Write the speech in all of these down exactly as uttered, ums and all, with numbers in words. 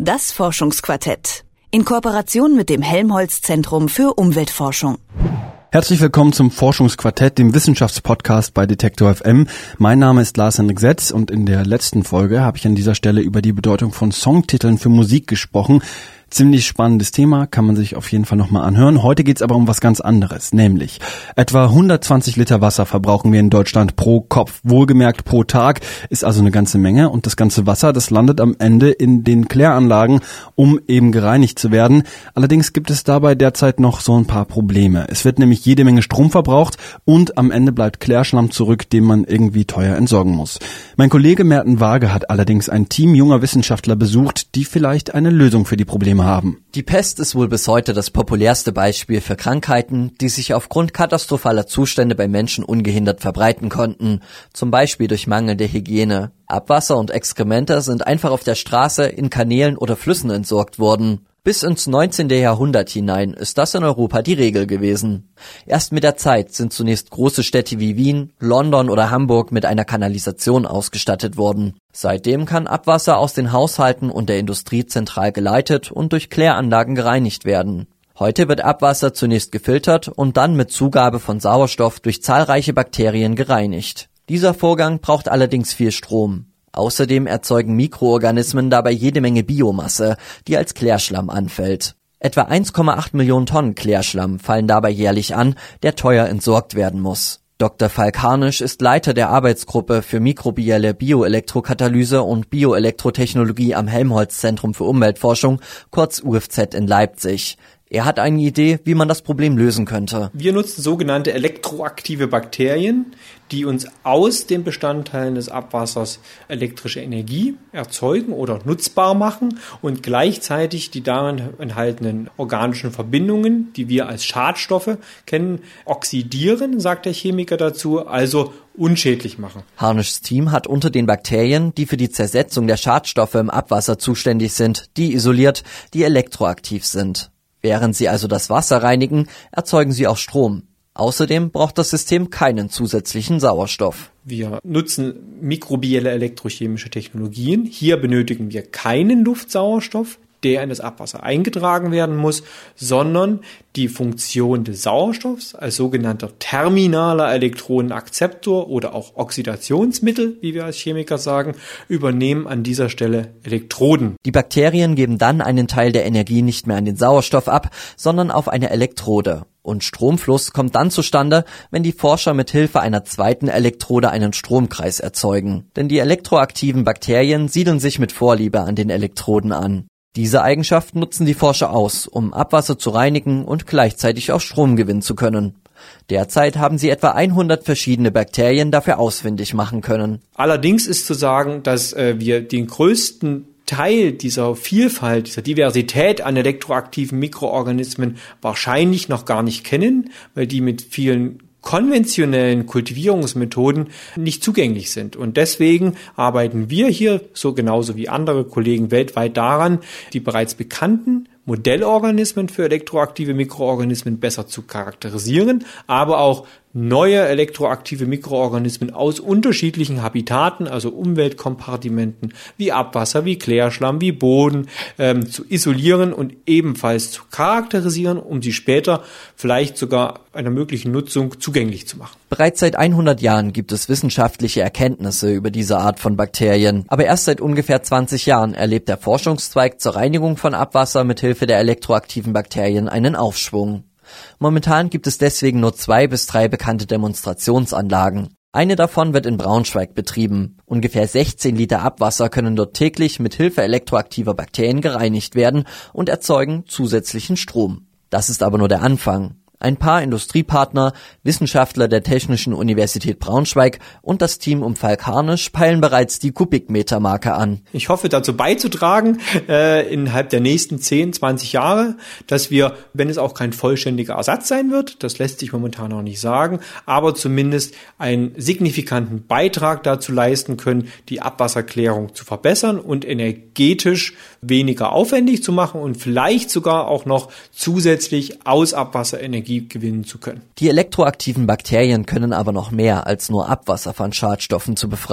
Das Forschungsquartett. In Kooperation mit dem Helmholtz-Zentrum für Umweltforschung. Herzlich willkommen zum Forschungsquartett, dem Wissenschaftspodcast bei Detektor F M. Mein Name ist Lars-Henrik Setz und in der letzten Folge habe ich an dieser Stelle über die Bedeutung von Songtiteln für Musik gesprochen. Ziemlich spannendes Thema, kann man sich auf jeden Fall nochmal anhören. Heute geht's aber um was ganz anderes, nämlich etwa hundertzwanzig Liter Wasser verbrauchen wir in Deutschland pro Kopf. Wohlgemerkt pro Tag, ist also eine ganze Menge. Und das ganze Wasser, das landet am Ende in den Kläranlagen, um eben gereinigt zu werden. Allerdings gibt es dabei derzeit noch so ein paar Probleme. Es wird nämlich jede Menge Strom verbraucht und am Ende bleibt Klärschlamm zurück, den man irgendwie teuer entsorgen muss. Mein Kollege Merten Waage hat allerdings ein Team junger Wissenschaftler besucht, die vielleicht eine Lösung für die Probleme haben. Die Pest ist wohl bis heute das populärste Beispiel für Krankheiten, die sich aufgrund katastrophaler Zustände bei Menschen ungehindert verbreiten konnten, zum Beispiel durch mangelnde Hygiene. Abwasser und Exkremente sind einfach auf der Straße, in Kanälen oder Flüssen entsorgt worden. Bis ins neunzehnten Jahrhundert hinein ist das in Europa die Regel gewesen. Erst mit der Zeit sind zunächst große Städte wie Wien, London oder Hamburg mit einer Kanalisation ausgestattet worden. Seitdem kann Abwasser aus den Haushalten und der Industrie zentral geleitet und durch Kläranlagen gereinigt werden. Heute wird Abwasser zunächst gefiltert und dann mit Zugabe von Sauerstoff durch zahlreiche Bakterien gereinigt. Dieser Vorgang braucht allerdings viel Strom. Außerdem erzeugen Mikroorganismen dabei jede Menge Biomasse, die als Klärschlamm anfällt. Etwa eins Komma acht Millionen Tonnen Klärschlamm fallen dabei jährlich an, der teuer entsorgt werden muss. Doktor Falk Harnisch ist Leiter der Arbeitsgruppe für mikrobielle Bioelektrokatalyse und Bioelektrotechnologie am Helmholtz-Zentrum für Umweltforschung, kurz U F Z in Leipzig. Er hat eine Idee, wie man das Problem lösen könnte. Wir nutzen sogenannte elektroaktive Bakterien, die uns aus den Bestandteilen des Abwassers elektrische Energie erzeugen oder nutzbar machen und gleichzeitig die darin enthaltenen organischen Verbindungen, die wir als Schadstoffe kennen, oxidieren, sagt der Chemiker dazu, also unschädlich machen. Harnischs Team hat unter den Bakterien, die für die Zersetzung der Schadstoffe im Abwasser zuständig sind, die isoliert, die elektroaktiv sind. Während sie also das Wasser reinigen, erzeugen sie auch Strom. Außerdem braucht das System keinen zusätzlichen Sauerstoff. Wir nutzen mikrobielle elektrochemische Technologien. Hier benötigen wir keinen Luftsauerstoff, der in das Abwasser eingetragen werden muss, sondern die Funktion des Sauerstoffs als sogenannter terminaler Elektronenakzeptor oder auch Oxidationsmittel, wie wir als Chemiker sagen, übernehmen an dieser Stelle Elektroden. Die Bakterien geben dann einen Teil der Energie nicht mehr an den Sauerstoff ab, sondern auf eine Elektrode. Und Stromfluss kommt dann zustande, wenn die Forscher mit Hilfe einer zweiten Elektrode einen Stromkreis erzeugen. Denn die elektroaktiven Bakterien siedeln sich mit Vorliebe an den Elektroden an. Diese Eigenschaft nutzen die Forscher aus, um Abwasser zu reinigen und gleichzeitig auch Strom gewinnen zu können. Derzeit haben sie etwa hundert verschiedene Bakterien dafür ausfindig machen können. Allerdings ist zu sagen, dass äh, wir den größten Teil dieser Vielfalt, dieser Diversität an elektroaktiven Mikroorganismen wahrscheinlich noch gar nicht kennen, weil die mit vielen konventionellen Kultivierungsmethoden nicht zugänglich sind. Und deswegen arbeiten wir hier, so genauso wie andere Kollegen weltweit, daran, die bereits bekannten Modellorganismen für elektroaktive Mikroorganismen besser zu charakterisieren, aber auch neue elektroaktive Mikroorganismen aus unterschiedlichen Habitaten, also Umweltkompartimenten wie Abwasser, wie Klärschlamm, wie Boden, ähm, zu isolieren und ebenfalls zu charakterisieren, um sie später vielleicht sogar einer möglichen Nutzung zugänglich zu machen. Bereits seit hundert Jahren gibt es wissenschaftliche Erkenntnisse über diese Art von Bakterien, aber erst seit ungefähr zwanzig Jahren erlebt der Forschungszweig zur Reinigung von Abwasser mit Hilfe der elektroaktiven Bakterien einen Aufschwung. Momentan gibt es deswegen nur zwei bis drei bekannte Demonstrationsanlagen. Eine davon wird in Braunschweig betrieben. Ungefähr sechzehn Liter Abwasser können dort täglich mit Hilfe elektroaktiver Bakterien gereinigt werden und erzeugen zusätzlichen Strom. Das ist aber nur der Anfang. Ein paar Industriepartner, Wissenschaftler der Technischen Universität Braunschweig und das Team um Falk Harnisch peilen bereits die Kubikmetermarke an. Ich hoffe dazu beizutragen, äh, innerhalb der nächsten zehn, zwanzig Jahre, dass wir, wenn es auch kein vollständiger Ersatz sein wird, das lässt sich momentan noch nicht sagen, aber zumindest einen signifikanten Beitrag dazu leisten können, die Abwasserklärung zu verbessern und energetisch weniger aufwendig zu machen und vielleicht sogar auch noch zusätzlich aus Abwasser Energie gewinnen zu können. Die elektroaktiven Bakterien können aber noch mehr als nur Abwasser von Schadstoffen zu befreien.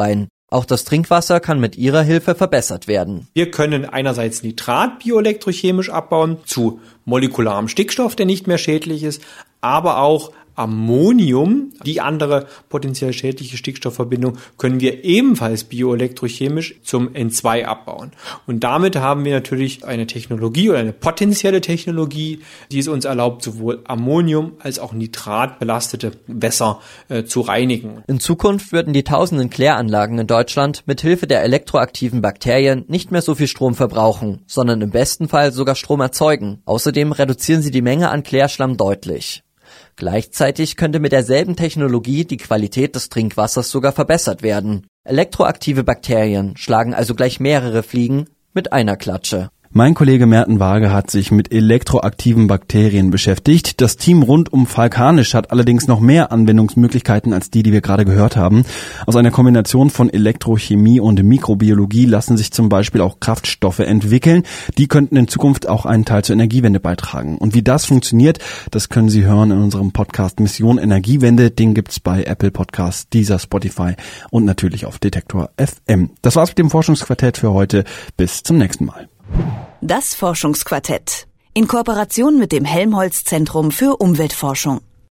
Auch das Trinkwasser kann mit ihrer Hilfe verbessert werden. Wir können einerseits Nitrat bioelektrochemisch abbauen zu molekularem Stickstoff, der nicht mehr schädlich ist, aber auch Ammonium, die andere potenziell schädliche Stickstoffverbindung, können wir ebenfalls bioelektrochemisch zum N zwei abbauen. Und damit haben wir natürlich eine Technologie oder eine potenzielle Technologie, die es uns erlaubt, sowohl Ammonium als auch Nitrat belastete Wässer äh, zu reinigen. In Zukunft würden die tausenden Kläranlagen in Deutschland mit Hilfe der elektroaktiven Bakterien nicht mehr so viel Strom verbrauchen, sondern im besten Fall sogar Strom erzeugen. Außerdem reduzieren sie die Menge an Klärschlamm deutlich. Gleichzeitig könnte mit derselben Technologie die Qualität des Trinkwassers sogar verbessert werden. Elektroaktive Bakterien schlagen also gleich mehrere Fliegen mit einer Klatsche. Mein Kollege Merten Waage hat sich mit elektroaktiven Bakterien beschäftigt. Das Team rund um Falk Hanisch hat allerdings noch mehr Anwendungsmöglichkeiten als die, die wir gerade gehört haben. Aus einer Kombination von Elektrochemie und Mikrobiologie lassen sich zum Beispiel auch Kraftstoffe entwickeln. Die könnten in Zukunft auch einen Teil zur Energiewende beitragen. Und wie das funktioniert, das können Sie hören in unserem Podcast Mission Energiewende. Den gibt's bei Apple Podcasts, Deezer, Spotify und natürlich auf Detektor F M. Das war's mit dem Forschungsquartett für heute. Bis zum nächsten Mal. Das Forschungsquartett in Kooperation mit dem Helmholtz Zentrum für Umweltforschung.